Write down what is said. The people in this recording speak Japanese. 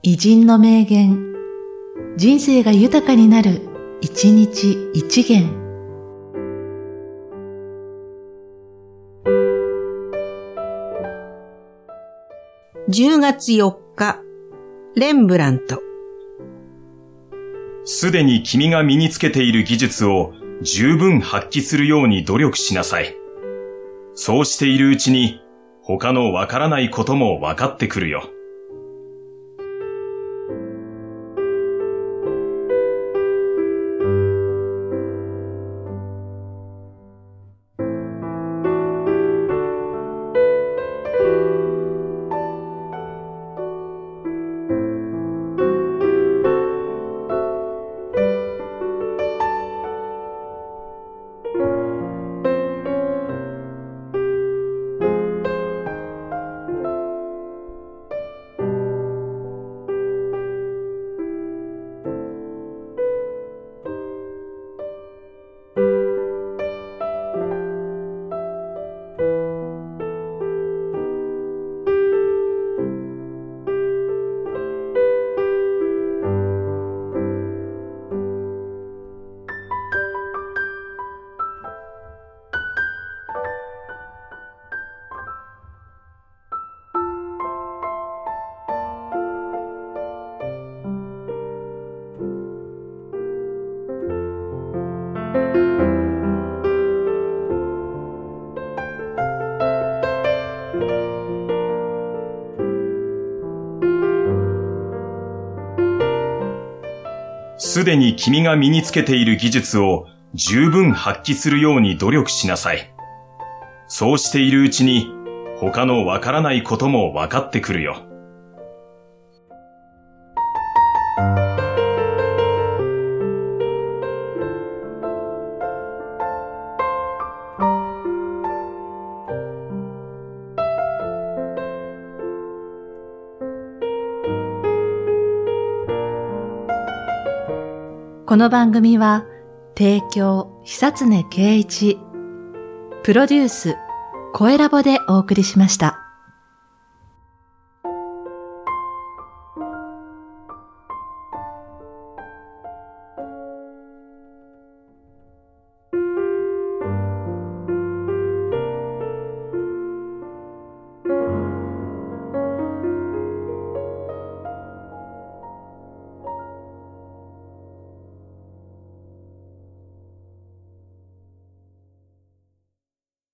偉人の名言、人生が豊かになる、一日一元。 10月4日、レンブラント。 すでに君が身につけている技術を十分発揮するように努力しなさい。そうしているうちに、他のわからないこともわかってくるよ。すでに君が身につけている技術を十分発揮するように努力しなさい。そうしているうちに、他のわからないこともわかってくるよ。 この番組は、提供、久常圭一、プロデュース、声ラボでお送りしました。